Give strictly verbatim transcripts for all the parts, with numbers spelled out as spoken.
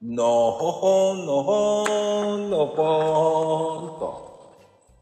のほほんのほんのぽーんと。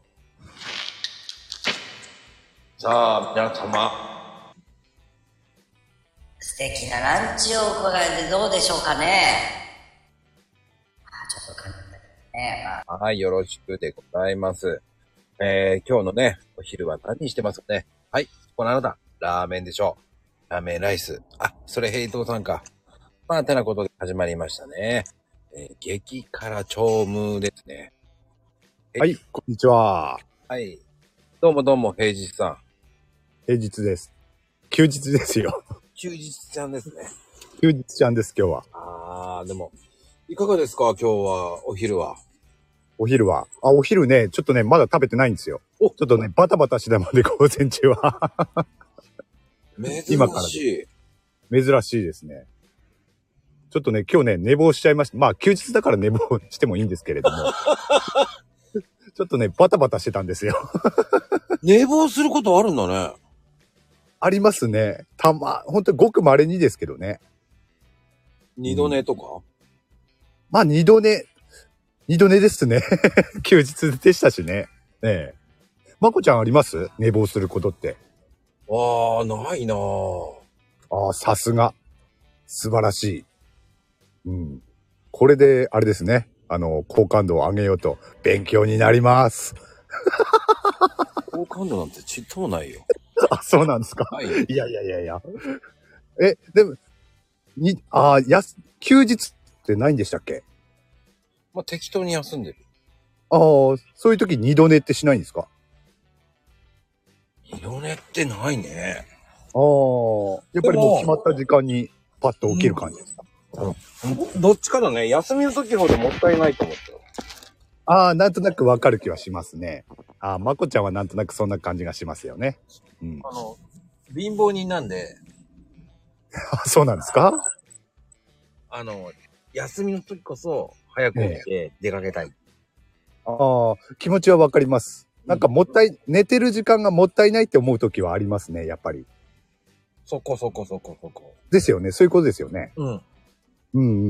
さあ、皆様。 素敵なランチを伺えてどうでしょうかね。あ、ちょっと簡単だけどね。まあ、 はい、よろしくでございます。えー、今日のね、お昼は何にしてますかね。はい、このあなた、ラーメンでしょう。ラーメンライス。あ、それヘイトさんか。まあ、てなことで始まりましたね。えー、激辛超無ですね。 はい、こんにちは。 はい。どうもどうも、平日さん。 平日です。休日ですよ。 休日ちゃんですね。 休日ちゃんです、今日は。 あー、でも、いかがですか今日は、お昼は。 お昼は。あ、お昼ね、ちょっとね、まだ食べてないんですよ。 おちょっとね、バタバタしてたもんで、午前中は。今から珍しい。 珍しいですね。ちょっとね、今日ね、寝坊しちゃいました。まあ、休日だから寝坊してもいいんですけれども。ちょっとね、バタバタしてたんですよ。 寝坊することあるんだね。 ありますね。たま、ほんとごく稀にですけどね。 二度寝とか、 まあ、二度寝。二度寝ですね。休日でしたしね。ええ。まこちゃんあります寝坊することって。 ああ、ないなぁ。 ああ、さすが。素晴らしい。うん。これで、あれですね。あの、好感度を上げようと、勉強になります。 好感度なんてちっともないよ。 あ、そうなんですか。 はい。 いやいやいやいや。え、でも、に、ああ、やす、休日ってないんでしたっけ？ まあ、適当に休んでる。 ああ、そういう時二度寝ってしないんですか？ 二度寝ってないね。 ああ、やっぱりもう決まった時間にパッと起きる感じですか？ どっちかだね。休みの時ほどもったいないと思ってる。 ああ、なんとなくわかる気はしますね。ああ、まこちゃんはなんとなくそんな感じがしますよね。うん。 あの、貧乏人なんで、 あ、そうなんですか？ あの、休みの時こそ早く起きて出かけたい。 ああ、気持ちはわかります。なんかもったい、寝てる時間がもったいないって思う時はありますね、やっぱり。 そこそこそこそこ。 ですよね、そういうことですよね。 うん。 うんうんうん。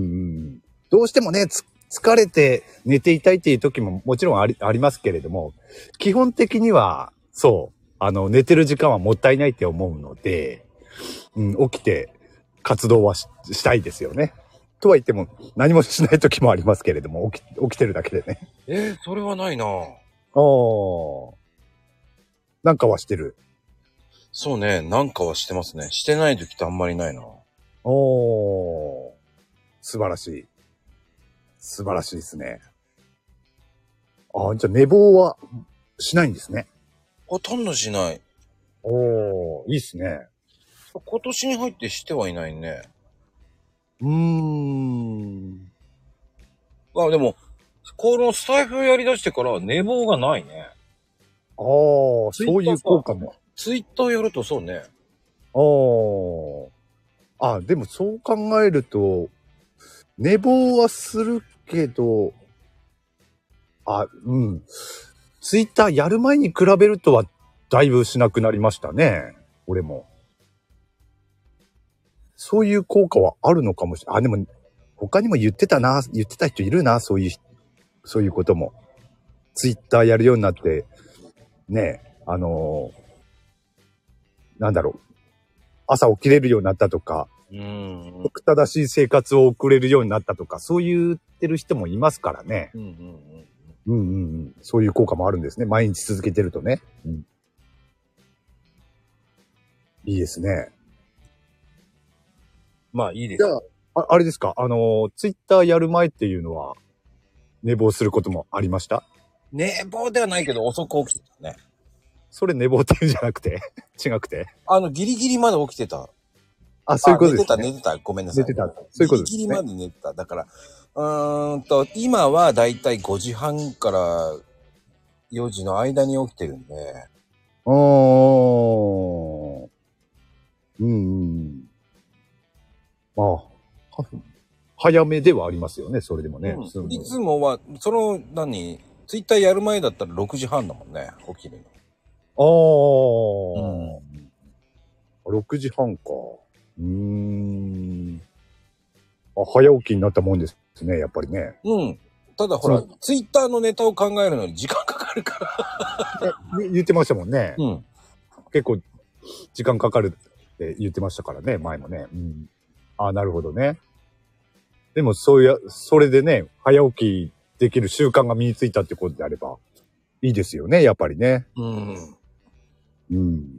どうしてもね、つ疲れて寝ていたいっていう時ももちろんあり、ありますけれども、基本的には、そう、あの、寝てる時間はもったいないって思うので、うん、起きて活動はし、したいですよね。とは言っても、何もしない時もありますけれども、起き、起きてるだけでね。 えー、それはないなぁ。 ああ。なんかはしてる。 そうね。なんかはしてますね。してない時ってあんまりないな。 おー。素晴らしい。素晴らしいですね。ああ、じゃあ寝坊はしないんですね。 ほとんどしない。 おー、いいっすね。 今年に入ってしてはいないね。 うーん。 あ、でも、このスタイフやり出してから寝坊がないね。 ああ、そういう効果も。 ツイッターやるとそうね。 あー。あ、でもそう考えると、寝坊はするけど、あ、うん。ツイッターやる前に比べるとはだいぶしなくなりましたね。俺も。そういう効果はあるのかもしれない。あ、でも、他にも言ってたな、言ってた人いるな、そういう、そういうことも。ツイッターやるようになって、ね、あのーなんだろう。朝起きれるようになったとか、 うーん。 正しい生活を送れるようになったとか、そう言ってる人もいますからね。 うんうんうん。 うんうんうん。そういう効果もあるんですね。毎日続けてるとね。うん、いいですね。 まあいいです。 じゃあ、あ、あれですか、あのー、ツイッターやる前っていうのは、寝坊することもありました？ 寝坊ではないけど遅く起きてたね。 それ寝坊っていうんじゃなくて違くて。 あの、ギリギリまで起きてた。 あ、そういうことですね。 あ、寝てた、寝てた。ごめんなさい。 寝てた。そういうことですね。 ギリギリまで寝てた。だから、うーんと、今はだいたいごじはんからよじの間に起きてるんで。 あー。うんうん。まあ、は早めではありますよね、それでもね。 うん、いつもは、その、何、ツイッターやる前だったらろくじはんだもんね、起きるの。 あうん。 あ、ろくじはんか。うーん。 あ、早起きになったもんですね、やっぱりね。 うん。ただほらそ、 ツイッターのネタを考えるのに時間かかるかえ言ってましたもんね。 ら。うん。 結構、時間かかるって言ってましたからね、前もね。うん。あ、なるほどね。でも、そうや、それでね、早起きできる習慣が身についたってことであれば、いいですよね、やっぱりね。 うん。 うん。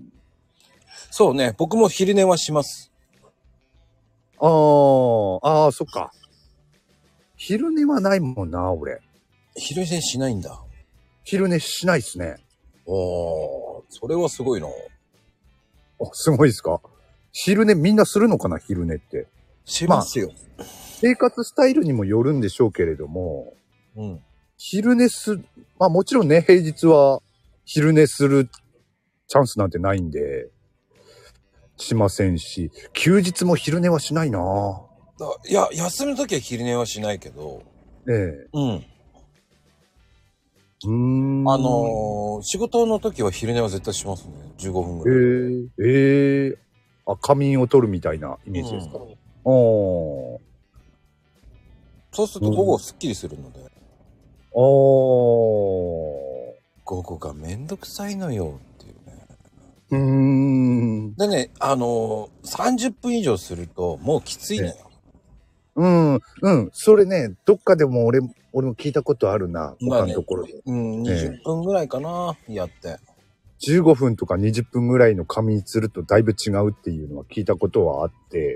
そうね、僕も昼寝はします。 あー、あー、そっか。昼寝はないもんな、俺。 昼寝しないんだ。 昼寝しないっすね。 おー、それはすごいな。 あ、すごいですか？昼寝みんなするのかな、昼寝って。 しますよ。 生活スタイルにもよるんでしょうけれども、 うん。 昼寝す、まあもちろんね、平日は昼寝するチャンスなんてないんで、しませんし、休日も昼寝はしないなぁ。 だいや、休みの時は昼寝はしないけど、 ええ。 うん。 うーん。 あのー、仕事の時は昼寝は絶対しますね。じゅうごふんえぐらい。 えええあ、仮眠を取るみたいなイメージですか？ うん、 おー。 そうすると午後すっきりするので、 おー。 午後がめんどくさいのよっていうね。 うーん。 でね、あのー、さんじゅっぷん以上するともうきついのよ。 うん、うん。それね、どっかでも俺、俺も聞いたことあるな。 まあね他のところで。 うん、にじゅっぷんぐらいかな、やって。 じゅうごふんとかにじゅっぷんぐらいの仮眠するとだいぶ違うっていうのは聞いたことはあって、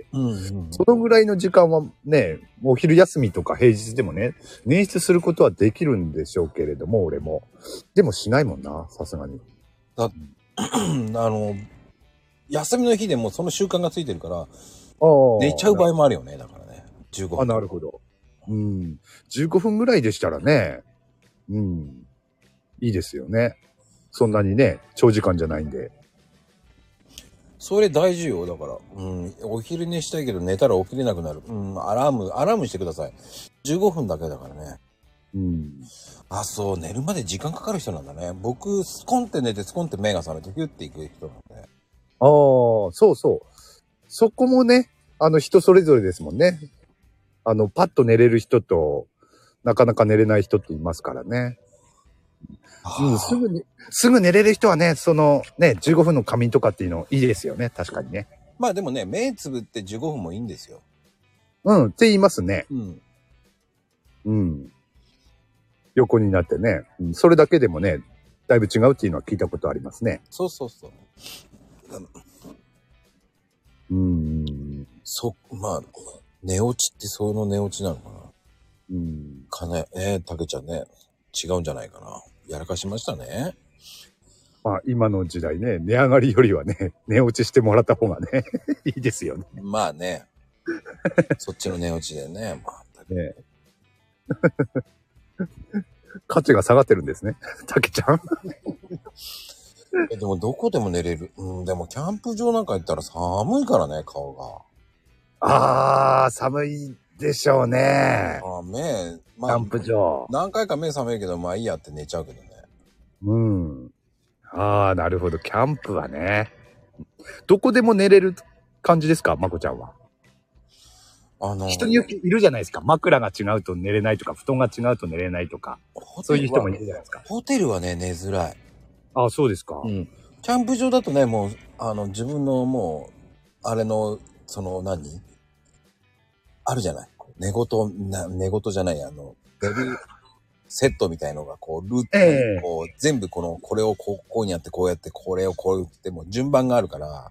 うんうんうん、 そのぐらいの時間はね、お昼休みとか平日でもね、捻出することはできるんでしょうけれども、俺も。でもしないもんな、さすがに。 だあの、休みの日でもその習慣がついてるから、寝ちゃう場合もあるよね、だからね。じゅうごふん。 あ、なるほど。うん。じゅうごふんぐらいでしたらね、うん。いいですよね。そんなにね、長時間じゃないんで。 それ大事よ、だから。うん。お昼寝したいけど寝たら起きれなくなる。うん。アラーム、アラームしてください。じゅうごふんだけだからね。 うん。 あ、そう、寝るまで時間かかる人なんだね。僕、スコンって寝て、スコンって目が覚めて、ヒュッていく人なんで。 ああ、そうそう。そこもね、あの人それぞれですもんね。あの、パッと寝れる人と、なかなか寝れない人っていますからね。うん、すぐに、すぐ寝れる人はね、そのね、じゅうごふんの仮眠とかっていうのいいですよね。確かにね。 まあでもね、目つぶってじゅうごふんもいいんですよ。 うん、って言いますね。 うん。 うん。横になってね。うん、それだけでもね、だいぶ違うっていうのは聞いたことありますね。 そうそうそう。 うん。 そ、まあ、寝落ちってその寝落ちなのかな。 うん。 かね、えー、たけちゃんね、違うんじゃないかな。やらかしましたね。 まあ、今の時代ね、値上がりよりはね、値落ちしてもらった方がね、いいですよね。 まあね。そっちの寝落ちでね。まあ、 ね価値が下がってるんですね。たけちゃん。 えでもどこでも寝れる。うん、でもキャンプ場なんか行ったら寒いからね、顔が。 あー、寒いでしょうね。 ああ、目、まあ、 キャンプ場。 何回か目覚めるけど、まあいいやって寝ちゃうけどね。 うん。あー、なるほど。キャンプはね。どこでも寝れる感じですか、まこちゃんは。 あの、 人によっているじゃないですか。枕が違うと寝れないとか、布団が違うと寝れないとか。そういう人もいるじゃないですか。 ホテルはね、寝づらい。 ああ、そうですか。 うん。キャンプ場だとね、もう、あの、自分のもう、あれの、その何、あるじゃない。寝言、な、寝言じゃない、あの、ベルセットみたいのが、こう、ルート、 ええこう、全部この、これをこう、こうにやって、こうやって、これをこうやって、もう順番があるから。 ああ、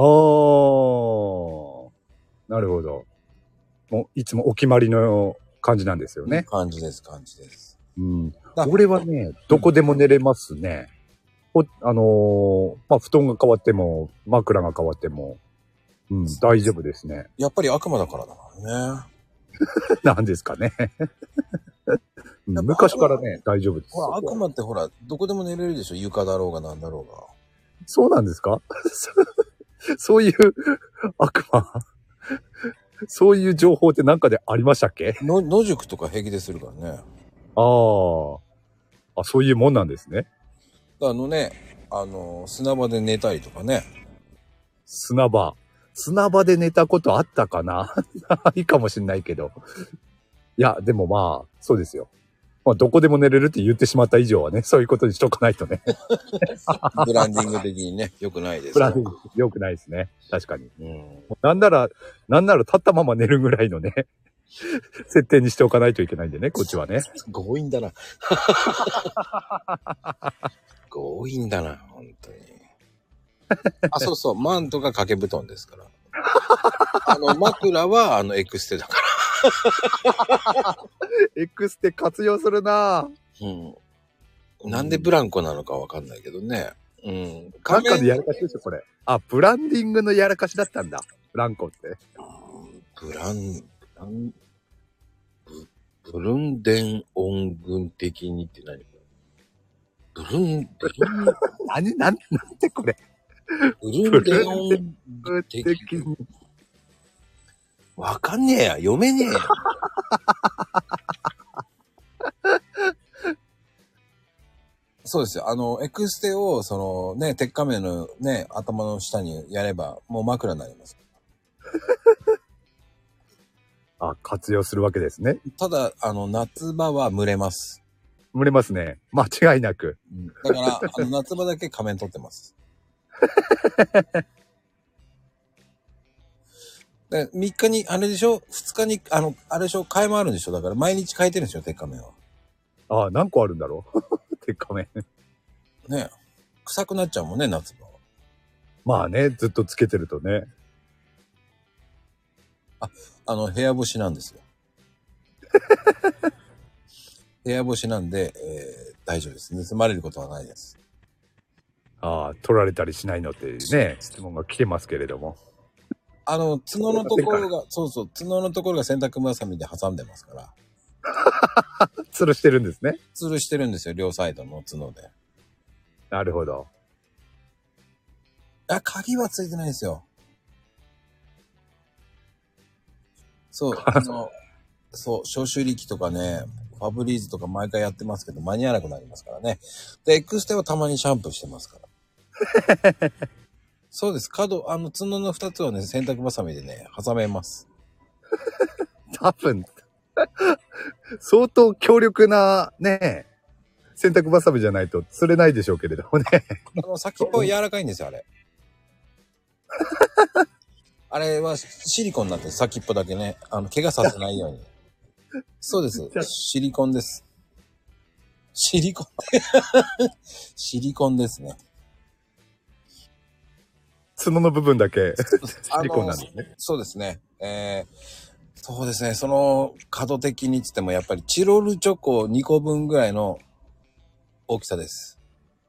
なるほど。もう、いつもお決まりの感じなんですよね。 感じです、感じです。 うん。 だ俺はね、どこでも寝れますね。ほあのーまあ、布団が変わっても、枕が変わっても、うん、大丈夫ですね。 やっぱり悪魔だからだからね。 なんですかね。うん昔からね、大丈夫です。 ほら、 そこは悪魔ってほら、どこでも寝れるでしょ。床だろうがなんだろうが。 そうなんですかそういう悪魔そういう情報ってなんかでありましたっけ？ の野宿とか平気でするからね。 ああ。あ、そういうもんなんですね。 あのね、あの、砂場で寝たりとかね。 砂場。 砂場で寝たことあったかなないかもしんないけど。いや、でもまあ、そうですよ。まあ、どこでも寝れるって言ってしまった以上はね、そういうことにしとかないとね。 ブランディング的にね、良くないですブランディング良くないですね。確かに。 うん。 なんなら、なんなら立ったまま寝るぐらいのね、設定にしておかないといけないんでね、こっちはね。 強引だな。強引だな、本当に。あ、そうそう、マントが掛け布団ですから。あの、枕は、あの、エクステだかエクステ活用するなぁ。 うん。なんでブランコなのかわかんないけどね。うん。 なんかのやらかしでしょ、これ。あ、ブランディングのやらかしだったんだ。ブランコって。 ブラン、ブラン、ブ、ブルンデン音群的にって何？ブルン、ブルン、 何、なん、なんてこれ。 ブルンデン音群的的に。 に。 わかんねえや。読めねえや。そうですよ。あの、エクステを、そのね、鉄仮面のね、頭の下にやれば、もう枕になります。 あ、活用するわけですね。 ただ、あの、夏場は蒸れます。 蒸れますね。間違いなく。 うん、だから、あの、夏場だけ仮面取ってます。でみっかに、あれでしょ ?ふつ 日に、あの、あれでしょ替えもあるんでしょだから毎日変えてるんですよ、鉄仮面は。 ああ、何個あるんだろう鉄仮面。 ね臭くなっちゃうもんね、夏場は。 まあね、ずっとつけてるとね。 あ、あの、部屋干しなんですよ。部屋干しなんで、えー、大丈夫です。盗まれることはないです。 ああ、取られたりしないのっていうね、質問が来てますけれども。 あの、角のところが、そうそう、角のところが洗濯バサミで挟んでますから。 吊るしてるんですね。 吊るしてるんですよ、両サイドの角で。 なるほど。 あ、鍵はついてないですよ。そう、あの、そう、消臭力とかね、ファブリーズとか毎回やってますけど、間に合わなくなりますからね。で、エクステはたまにシャンプーしてますから。そうです。角、あの、角の二つをね、洗濯バサミでね、挟めます。 多分、相当強力なね、洗濯バサミじゃないと釣れないでしょうけれどもね。 あの、先っぽは柔らかいんですよ、あれ。あれはシリコンになってる、先っぽだけね。あの、怪我させないように。そうです。シリコンです。シリコン。シリコンですね。 角の部分だけシリコンなんですね。 そうですね。えー、そうですね。その角的につってもやっぱりチロルチョコにこぶんぐらいの大きさです。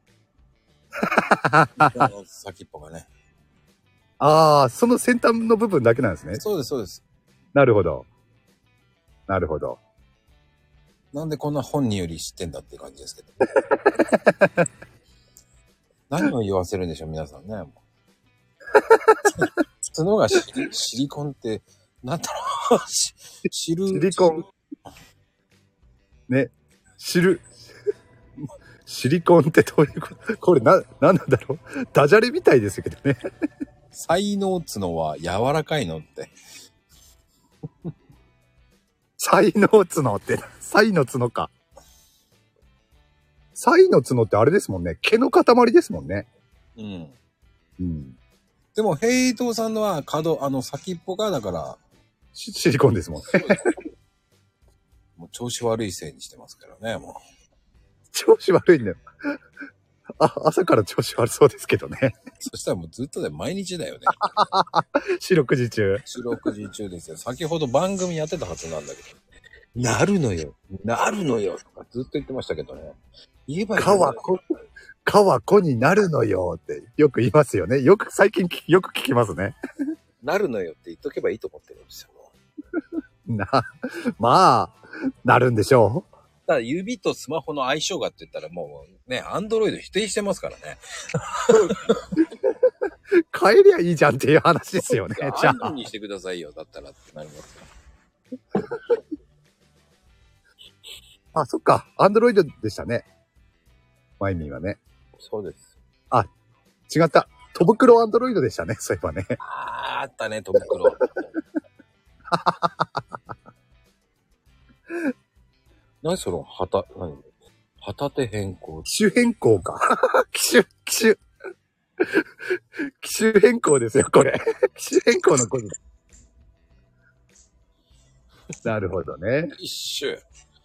先っぽがね。 ああ、その先端の部分だけなんですね。 そうです、そうです。 なるほど。なるほど。 なんでこんな本人より知ってんだっていう感じですけど。何を言わせるんでしょう、皆さんね。角がシリ、シリコンって、なんだろう、シル、 シリコン。ね。知る。シリコンってどういうこと？これな、なんなんだろう？ダジャレみたいですけどね。 才能角は柔らかいのって。 才能角って、才の角か。才の角ってあれですもんね。毛の塊ですもんね。 うん。 うん。 でも、ヘイトーさんのは角、あの、先っぽが、だから、 シシリコンですもんね。 もう調子悪いせいにしてますからね、もう。 調子悪いんだよ。あ、朝から調子悪そうですけどね。 そしたらもうずっとで毎日だよね。 四六時中。 四六時中ですよ。先ほど番組やってたはずなんだけど。なるのよ。なるのよ。とかずっと言ってましたけどね。言えばいい。 かはこ、かはこになるのよってよく言いますよね。よく最近きよく聞きますね。 なるのよって言っとけばいいと思ってるんですよ。 な、まあ、なるんでしょう。 ただ指とスマホの相性がって言ったらもうね、アンドロイド否定してますからね。 変えりゃいいじゃんっていう話ですよね。じゃあ。 アンドにしてくださいよ。だったらってなりますよ。 あ、そっか。アンドロイドでしたね。マイミーはね。 そうです。 あ、違った。 戸袋アンドロイドでしたね、そういえばね。 あー、あったね、戸袋。何その、旗、何旗手変更。 機種変更か。機種、機種。機種変更ですよ、これ。機種変更のこと。なるほどね。 一種。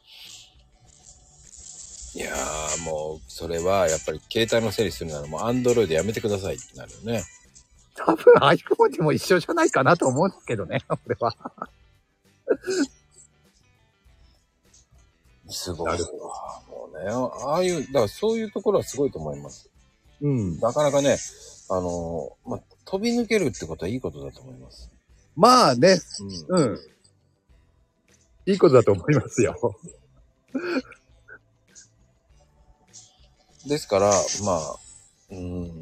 いやー、もう、それは、やっぱり、携帯の整理するなら、もう、アンドロイドやめてくださいってなるよね。 多分 iPhone でも一緒じゃないかなと思うんですけどね、俺は。 すごい。なるほど。もうね、ああいう、だからそういうところはすごいと思います。 うん。 なかなかね、あの、まあ、飛び抜けるってことはいいことだと思います。 まあね、 うん。 うん。いいことだと思いますよ。 ですから、まあ、うん、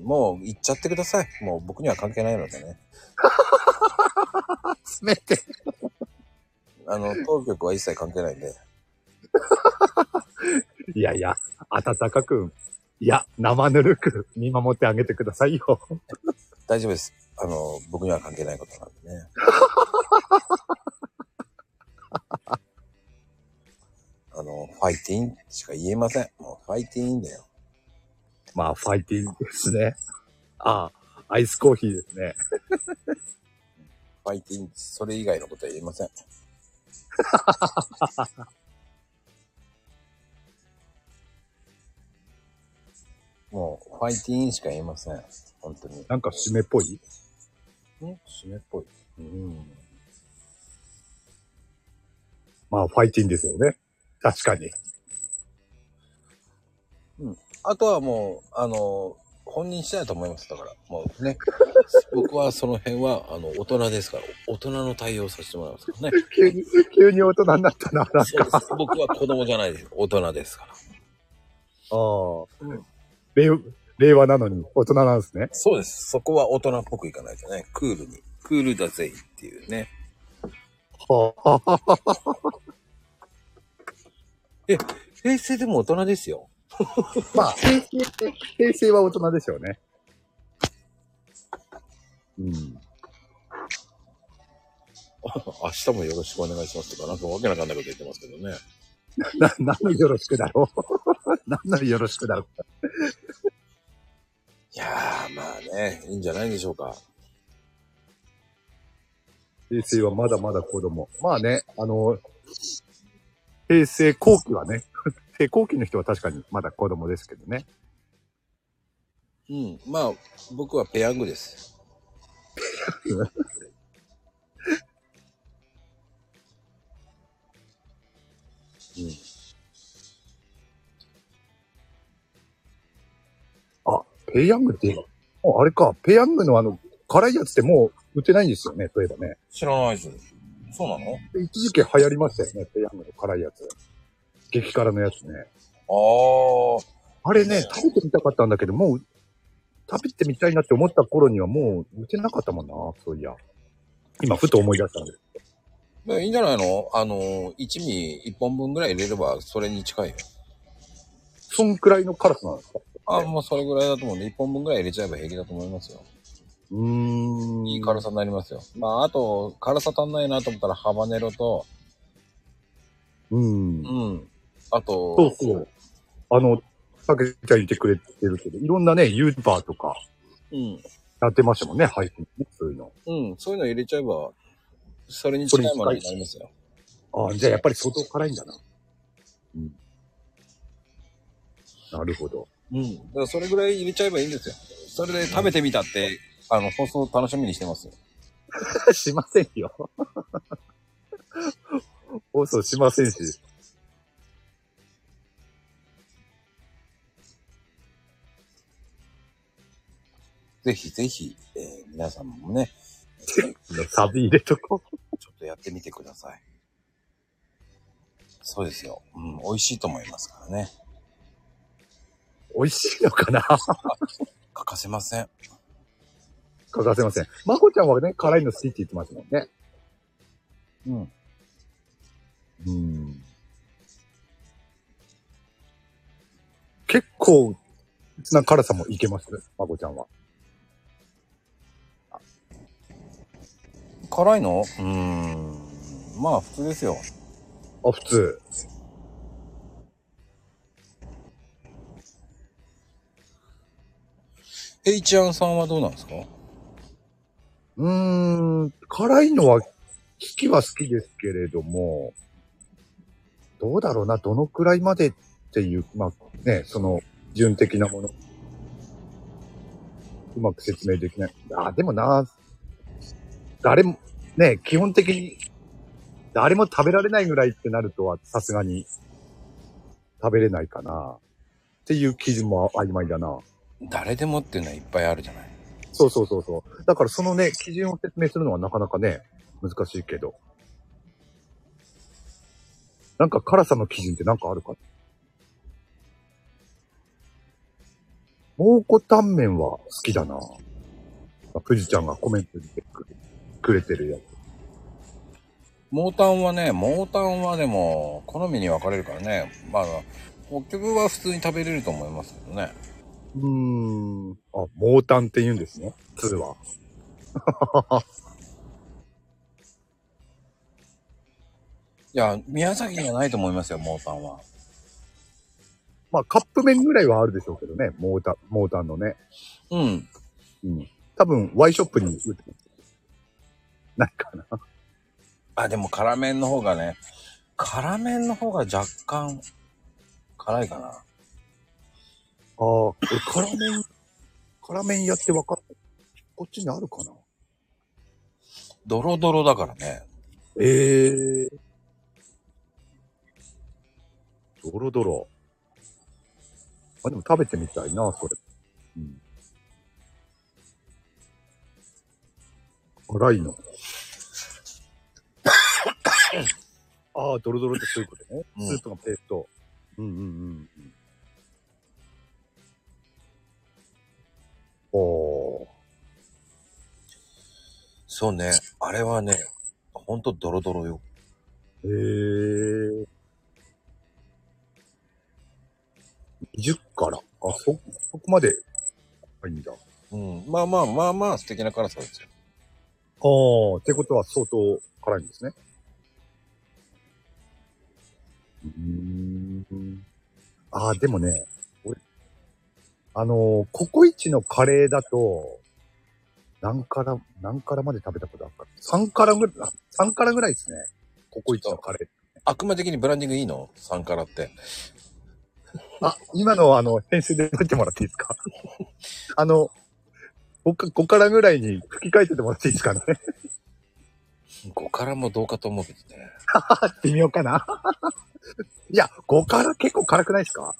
もう行っちゃってください。もう僕には関係ないのでね。 詰めて。 あの、当局は一切関係ないんで。 いやいや、温かく、いや、生ぬるく見守ってあげてくださいよ。 大丈夫です。あの、僕には関係ないことなんでね。あの、ファイティンしか言えません。もうファイティンだよ。 まあ、ファイティンですね。ああ、アイスコーヒーですね。 ファイティン、それ以外のことは言えません。もう、ファイティンしか言えません。本当に。 なんか締めっぽい？ ん締めっぽい。うん。 まあ、ファイティンですよね。確かに。 うん。あとはもう、あの、本人次第だと思います。だから、もうね。僕はその辺は、あの、大人ですから、大人の対応させてもらいますからね。 急に、急に大人になったな、なんそうですか。 僕は子供じゃないです。大人ですから。 ああ。令和、令和なのに大人なんですね。 そうです。そこは大人っぽくいかないとね。クールに。クールだぜっていうね。 はあ、ははは。 え、平成でも大人ですよ。 まあ、平成って、平成は大人でしょうね。うん。 明日もよろしくお願いしますとか、なんかわけなかんないこと言ってますけどね。 な、何のよろしくだろう。何のよろしくだろう。 いやー、まあね、いいんじゃないでしょうか。 平成はまだまだ子供。まあね、あの、平成後期はね、平成後期の人は確かにまだ子供ですけどね。 うん。まあ、僕はペヤングです。うん。 あ、ペヤングって、ああれか、ペヤングのあの、辛いやつってもう売ってないんですよね、そういえばね。 知らないです。そうなの？ 一時期流行りましたよね、ペヤングの辛いやつ。激辛のやつね。 あー。 あれね、食べてみたかったんだけど、もう、食べてみたいなって思った頃にはもう売ってなかったもんな、そういや。今、ふと思い出したんです。 でいいんじゃないの？あの、一味一本分ぐらい入れればそれに近いよ。 そんくらいの辛さなんですか？ あ、もうそれぐらいだと思うんで、一本分ぐらい入れちゃえば平気だと思いますよ。 うーん。 いい辛さになりますよ。まあ、あと、辛さ足んないなと思ったらハバネロと、 うん。 うん。あと、 そうそう。あの、たけちゃん言ってくれてるけど、いろんなね、ユーチューバーとかうん。 やってましたもんね、配信ね、そういうの。 うん。そういうの入れちゃえば、それに近いものになりますよ。 ああ、じゃあやっぱり相当辛いんだな。うん。なるほど。 うん。だからそれぐらい入れちゃえばいいんですよ。それで食べてみたって、あの、放送楽しみにしてますよ。 しませんよ。放送しませんし。 ぜひぜひ、えー皆さんもね、 サビ入れとこう。 ちょっとやってみてください。そうですよ。うん。美味しいと思いますからね。 美味しいのかな？ 欠かせません。 欠かせません。まこちゃんはね、辛いの好きって言ってますもんね。 うん。 うん。結構、な辛さもいけますまこちゃんは。 辛いの？うーん。まあ普通ですよ。 あ、普通。 エイチアンさんはどうなんですか？ うーん、辛いのは好きは好きですけれども、どうだろうな、どのくらいまでっていう、まあね、その、純的なもの、うまく説明できない。あ、でもな、誰も、ね、基本的に、誰も食べられないぐらいってなるとは、さすがに食べれないかな。っていう基準も曖昧だな。 誰でもっていうのはいっぱいあるじゃない。 そうそうそうそう。だからそのね、基準を説明するのはなかなかね、難しいけど。なんか辛さの基準ってなんかあるか？蒙古タンメンは好きだな。富士ちゃんがコメントにくれてるやつ。 モータンはね、モータンはでも、好みに分かれるからね。まあ、北極は普通に食べれると思いますけどね。 うーん。あ、モータンって言うんですね。ツーは。 いや、宮崎にはないと思いますよ、モータンは。 まあ、カップ麺ぐらいはあるでしょうけどね。モータン、モータンのね。 うん。 うん。多分、ワイショップに売ってないかな。 あ、でも辛麺の方がね、辛麺の方が若干辛いかな。 ああ、俺、辛麺、辛麺やって分かった。こっちにあるかな。 ドロドロだからね。 ええー。ドロドロ。あ、でも食べてみたいな、それ。うん。辛いの。ああ、ドロドロってそういうことね。 うんスープのペースト。うんうんうんうん。おー。 そうね。あれはね、ほんとドロドロよ。 へえ。にじゅうから。あ、そ、そこまでいいんだ。 うん。まあまあまあまあ素敵な辛さですよ。 ああ、ってことは相当辛いんですね。うーん。ああ、でもね、俺、あのーココイチのカレーだと、何から、何からまで食べたことあるか。さんからぐらい、さんからぐらいですね。ココイチのカレー。 悪魔的にブランディングいいの？ さん 辛って。 あ、今のあの、編集で書いてもらっていいですか？あの、ごか、ごからぐらいに吹き替えててもらっていいですかね？ ご辛もどうかと思うけどね。 微妙かな。いや、ごから結構辛くないですか？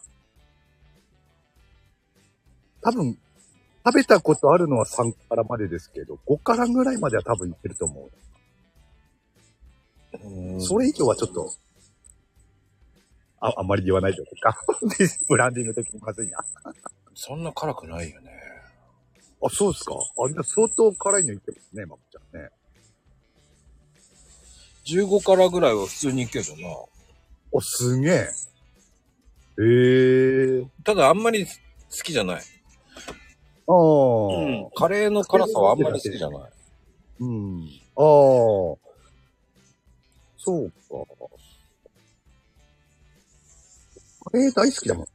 多分、食べたことあるのはさんからまでですけど、ごからぐらいまでは多分いってると思う。 うん。 それ以上はちょっと、あ、あんまり言わないでおくか。ブランディング的にまずいな。 そんな辛くないよね。 あ、そうですか。あ、じゃあ相当辛いのいってますね、まこちゃんね。 じゅうご辛ぐらいは普通にいけどな。 あ、すげえ。ええー。 ただあんまり好きじゃない。 ああ、 うん。カレーの辛さはあんまり好きじゃない。 うん。ああ、そうか。カレー大好きだもん。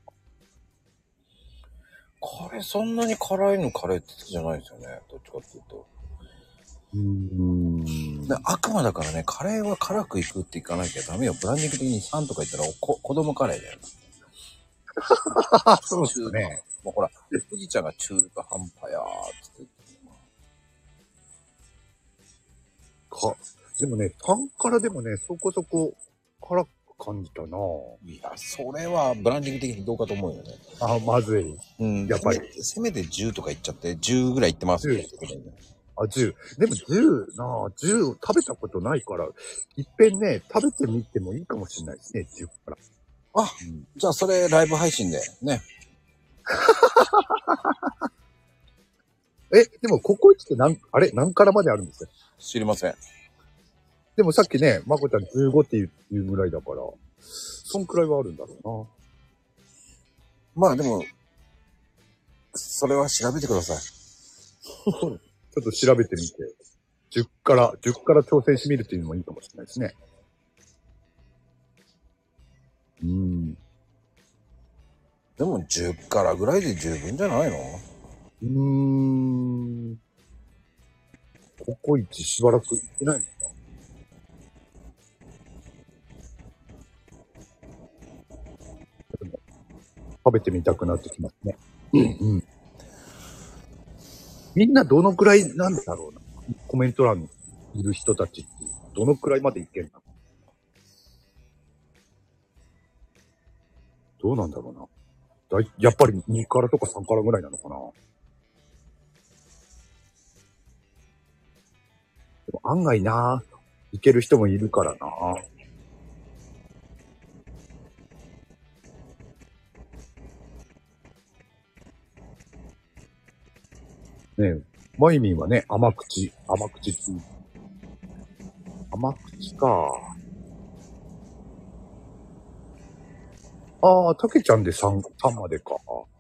カレーそんなに辛いのカレーって好きじゃないですよね。どっちかっていうと。 うーん。 で悪魔だからね、カレーは辛くいくっていかなきゃダメよ。ブランディング的にさんとか言ったらこ子供カレーだよ。 そうですね。 もうほら、富士ちゃんが中途半端やーってって。 か、でもね、さんからでもね、そこそこ辛く感じたなぁ。 いや、それはブランディング的にどうかと思うよね。 あ、まずい。 うん。 やっぱりせめて、せめてじゅうとか言っちゃって、じゅうぐらい言ってますよ。 あ、じゅう。でもじゅうなぁ、じゅう食べたことないから、いっぺんね、食べてみてもいいかもしれないですね、じゅうから。 あ、 うん、 じゃあそれライブ配信でね。 え、でもココイチって何、あれ何からまであるんですか？ 知りません。 でもさっきね、まこちゃんじゅうごっていうぐらいだから、そんくらいはあるんだろまあでも、それは調べてください。 うな。ちょっと調べてみて。 じゅっから、じゅっから挑戦してみるっていうのもいいかもしれないですね。うーん。 でもじゅっからぐらいで十分じゃないの？ うーん。ココイチしばらく行ってないのかな。食べてみたくなってきますね。うんうん。みんなどのくらいなんだろうな。コメント欄にいる人たちってどのくらいまでいけるの？どうなんだろうな。だいやっぱりにからとかさんからぐらいなのかな。でも案外な、いける人もいるからな。ねえ、マイミンはね、甘口、甘口っていう。甘口か。ああ、たけちゃんでさん、さんまでか。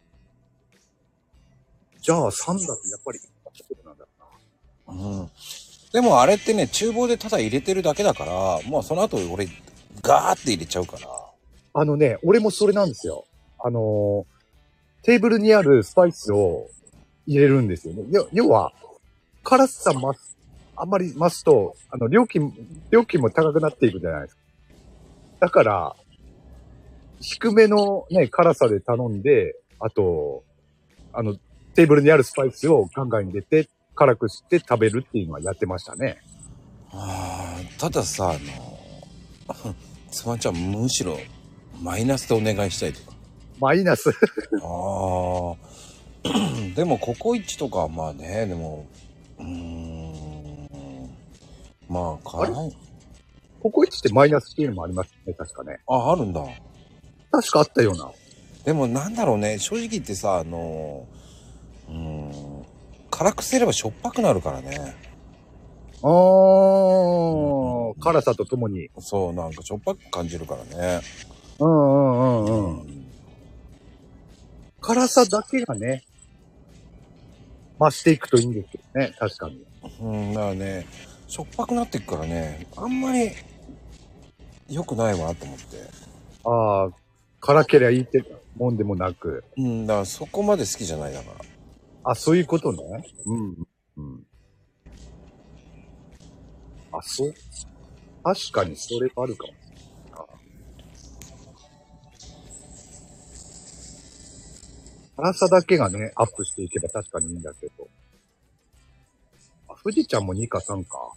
じゃあさんだとやっぱり一発勝負なんだろうん。でもあれってね、厨房でただ入れてるだけだから、もうその後俺、ガーって入れちゃうから。 あのね、俺もそれなんですよ。あのー、テーブルにあるスパイスを入れるんですよね。要要は、辛さ増す、あんまり増すと、あの、料金、料金も高くなっていくじゃないですか。だから、低めのね、辛さで頼んで、あと、あの、テーブルにあるスパイスをガンガン入れて、辛くして食べるっていうのはやってましたね。 ああ、たださ、あの、つまちゃんむしろマイナスでお願いしたいとか。 マイナス。 ああ、でもココイチとかはまあね、でも、うーん、まあ辛い。 ココイチってマイナスっていうのもありますね、確かね。 あ、あるんだ。 確かあったような。 でもなんだろうね、正直言ってさ、あの、うーん、辛くすればしょっぱくなるからね。 あー、辛さとともに。 そう、なんかしょっぱく感じるからね。 うんうんうんうん。辛さだけがね、増していくといいんですけどね、確かに。 うん、だからね、しょっぱくなっていくからね、あんまり良くないわと思って。 ああ、辛けりゃいいってもんでもなく。 うん、だからそこまで好きじゃないだから。 あ、そういうことね。うん。うん。あ、そう。確かにそれあるかも。辛さだけがね、アップしていけば確かにいいんだけど。あ、富士ちゃんもにかさんか。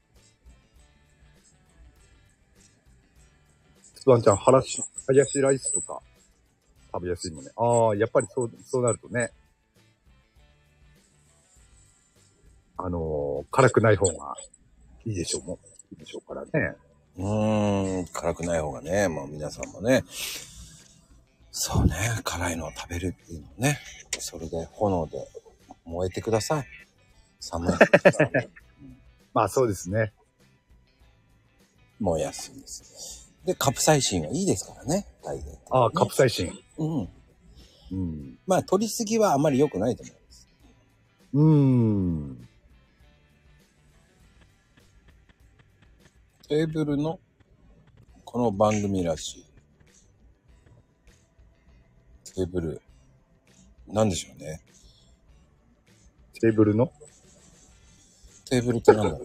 つばんちゃん、ハラシ、ハヤシライスとか食べやすいもんね。ああ、やっぱりそう、そうなるとね。あのー、辛くない方がいいでしょうも。いいでしょうからね。 うーん、辛くない方がね、まあ皆さんもね、そうね、辛いのを食べるっていうのね、それで炎で燃えてください。寒い。 まあそうですね。 燃やすんです。で、カプサイシンはいいですからね、大変、ね。 ああ、カプサイシン。 うん。 うん。 まあ、取りすぎはあまり良くないと思います。 うーん。 テーブルのこの番組らしい。テーブル。なんでしょうね。 テーブルのテーブルってなんだろ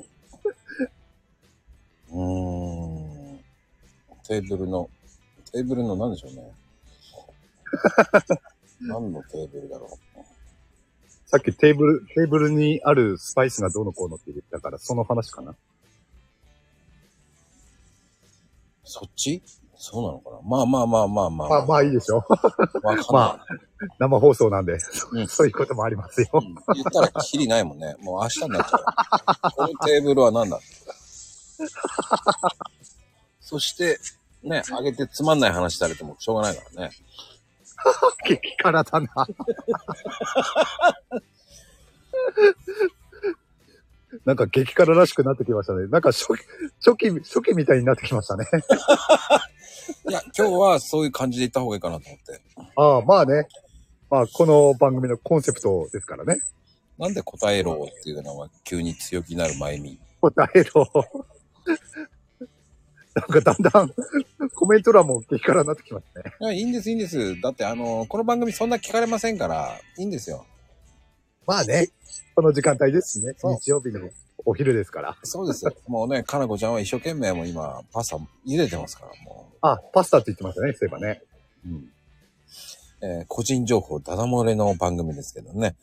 う。うーん。テーブルの、テーブルのなんでしょうね。何のテーブルだろう。 さっきテーブル、テーブルにあるスパイスがどうのこうのって言ったから、その話かな。 そっちそうなのかな。まあまあまあまあまあ、 まあまあいいでしょ。 わかんない。 まあ、生放送なんで、 うん、 そういうこともありますよ。 うん、言ったらキリないもんね。もう明日になっちゃう。このテーブルは何だそして、ね、あげてつまんない話されてもしょうがないからね。 激辛だな。なんか激辛らしくなってきましたね。なんか初期、初期、初期みたいになってきましたね。 いや、今日はそういう感じでいった方がいいかなと思って。 ああ、まあね。まあ、この番組のコンセプトですからね。 なんで答えろっていうのが急に強気になる前に。 答えろ。なんかだんだんコメント欄も激辛になってきますね。 いや、いいんです、いいんです。だってあの、この番組そんな聞かれませんから、いいんですよ。 まあね、この時間帯ですしね。 そう日曜日のお昼ですから。 そうですよ。もうね、かなこちゃんは一生懸命もう今、パスタ茹でてますから、もあ、パスタって言ってましたね、そういえばね。うん。 う。えー個人情報ダダ漏れの番組ですけどね。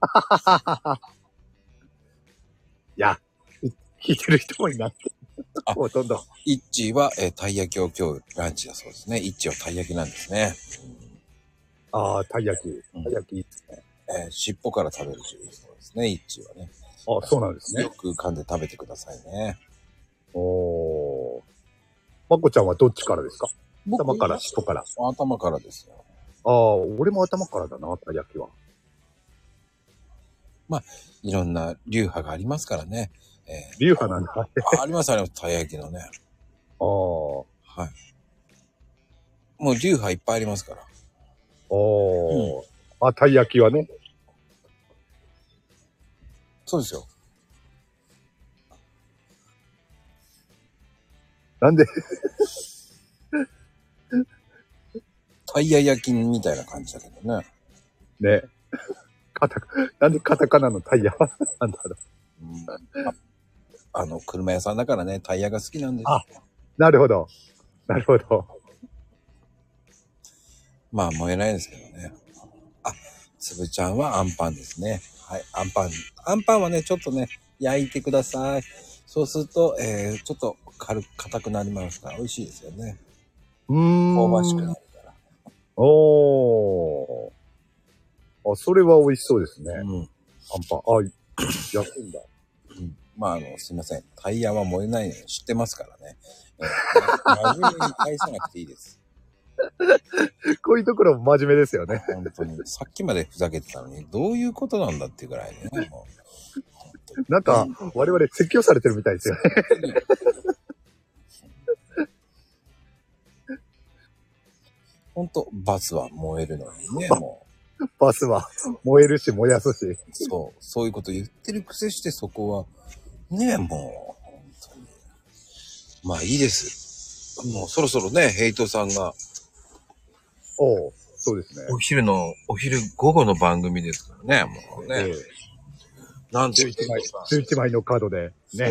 いや、聞いてる人もいなくて。 あほとんど。 イッチーは、えーたい焼きを今日ランチだそうですね。イッチーはたい焼きなんですね。 ああ、たい焼き。 うんたい焼きいいですね。 えー尻尾から食べる種類そうですね、イッチーはね。 あ、そうなんですねよ。く噛んで食べてくださいね。 おー。まこちゃんはどっちからですか？頭から、尻尾から。 頭からですよ。 ああ、俺も頭からだな、たい焼きは。 いろんな流派がありますからね。え流派なんだ。あー、ありますあります、たい焼きのね。 あ。 はい。もう流派いっぱいありますから。 おー。あ、たい焼きはね。 そうですよ。 なんで、 タイヤ焼きみたいな感じだけどね。 ね。カタ、なんでカタカナのタイヤなんだろう。 うん、ああの、車屋さんだからね、タイヤが好きなんです。 あなるほど。なるほど。 まあ、燃えないですけどね。あ、つぶちゃんはアンパンですね。はい、アンパン。アンパンはね、ちょっとね、焼いてください。そうすると、えー、ちょっと軽く硬くなりますから、美味しいですよね。 うーん。 香ばしくなるから。 おー。あ、それは美味しそうですね。 うん。 アンパン。あ、焼くんだ。 うんまあ、あの、すいません。タイヤは燃えないの知ってますからね。えー、真面目に返さなくていいです。 こういうところも真面目ですよね。 本当に。さっきまでふざけてたのに、どういうことなんだっていうぐらいね。もうなんか、我々説教されてるみたいですよね。 本当バスは燃えるのにね、もバスは燃えるし燃やすし。 う。そう。そういうこと言ってるくせして、そこは、ね、もう、本当に。まあいいです。もうそろそろね、ヘイトさんが、 おう、そうですね。 お昼の、お昼午後の番組ですからね、もうね。 ええなんとじゅういちまい、じゅういちまいのカードで、ね。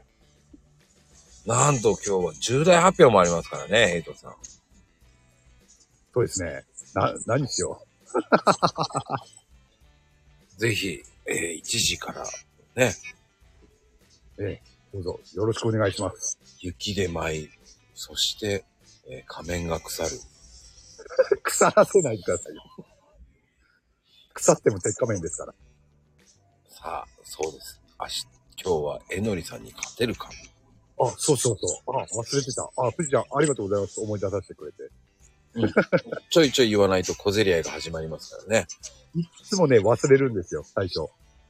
なんと今日は重大発表もありますからね、ヘイトさん。 そうですね。な、何しよぜひ、えー、いちじから、ね、 う。ええ、どうぞ、よろしくお願いします。 雪で舞い、そして、えー仮面が腐る。 腐らせないでくださいよ。腐っても鉄仮面ですから。 さあ、そうです。明日、今日はえのりさんに勝てるか。 あ、そうそうそう。あ、忘れてた。あ、藤ちゃん、ありがとうございます。思い出させてくれて。 ちょいちょい言わないと小競り合いが始まりますからね。 いつもね、忘れるんですよ、最初。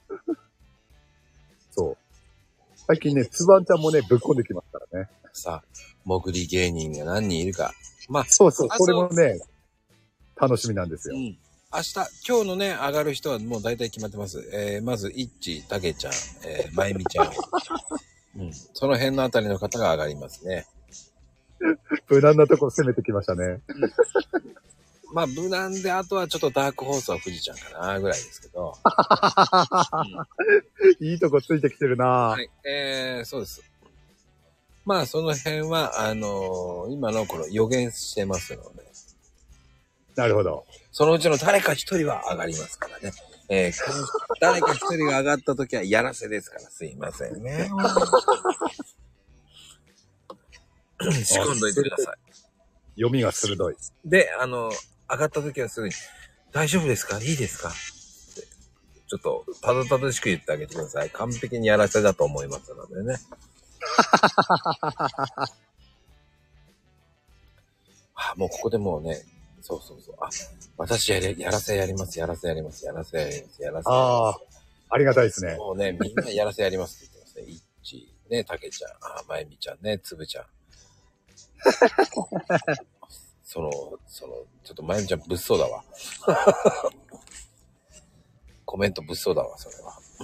そう。最近ね、つばんちゃんもね、ぶっこんできますからね。 さあ、潜り芸人が何人いるか。まあ、 そうそう、 あこれもね、楽しみなんですよ。 うん。明日、今日のね、上がる人はもう大体決まってます。えー、まず、いっち、たけちゃん、えー、まゆみちゃん。うん。その辺のあたりの方が上がりますね。 無難なとこ攻めてきましたね。 まあ、無難で、あとはちょっとダークホースは富士ちゃんかな、ぐらいですけど。 いいとこついてきてるなぁ。 はい。えー、そうです。まあ、その辺は、あのー今のこの予言してますので、 なるほど。 そのうちの誰か一人は上がりますからね。えー、この誰か一人が上がった時はやらせですから、すいませんね。仕込んどいてください。 読みが鋭い。 で、あの、上がった時はすぐに、大丈夫ですかいいですかってちょっと、たどたどしく言ってあげてください。完璧にやらせだと思いますのでね。あ、もうここでもうね、そうそうそう。あ、私やり、やらせやります、やらせやります、やらせやります、やらせやります。 ああ、ありがたいですね。 もうね、みんなやらせやりますって言ってますね。いっち、ね、たけちゃん、あ、まゆみちゃんね、つぶちゃん。その、その、ちょっとまゆみちゃん物騒だわ。コメント物騒だわ、それは。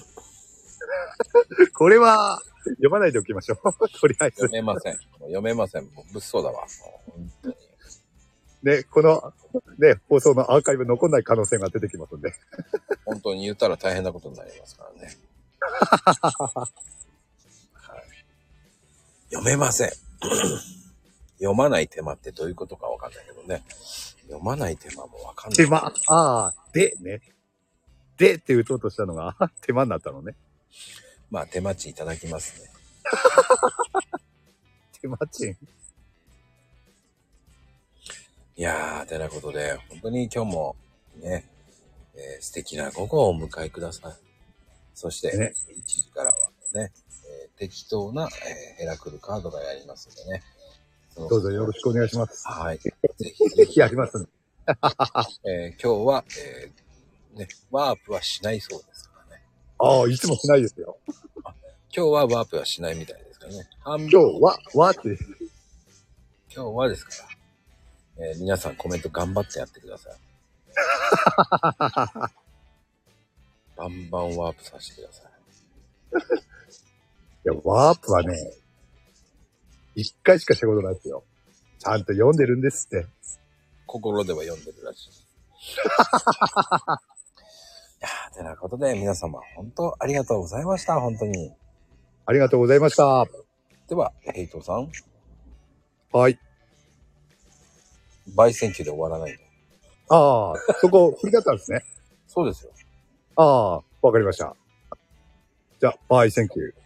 これは、読まないでおきましょう。とりあえず。 読めません。もう読めません。もう物騒だわ。もう本当に。 ね、この、ね、放送のアーカイブ残んない可能性が出てきますんで。 本当に言ったら大変なことになりますからね。はい、読めません。読まない手間ってどういうことかわかんないけどね。読まない手間もわかんない。 手間。ああ、で、ね。でって打とうとしたのが手間になったのね。 まあ手間賃いただきますね。 手間賃。 いやー、てなことで、本当に今日もね、えー素敵な午後をお迎えください。そして、 ねいちじからはね、えー適当な、えーヘラクルカードがやりますんでね。 どうぞよろしくお願いします。 はい。ぜひぜひ。 やりますんで。 えー今日は、えーね、ワープはしないそうですからね。 ああ、いつもしないですよ。 今日はワープはしないみたいですからね。半分今日は、わって。 今日はですから、えー皆さんコメント頑張ってやってください。バンバンワープさせてください。 いや、ワープはね、一回しかしたことないですよ。ちゃんと読んでるんですって。 心では読んでるらしい。いやー、てなことで皆様本当ありがとうございました。本当に。 ありがとうございました。 では、ヘイトさん、 はい。 焙煎機で終わらないんだ。 ああ、そこ振り返ったんですね。 そうですよ。 ああ、わかりました。じゃあ、バイセンキュー。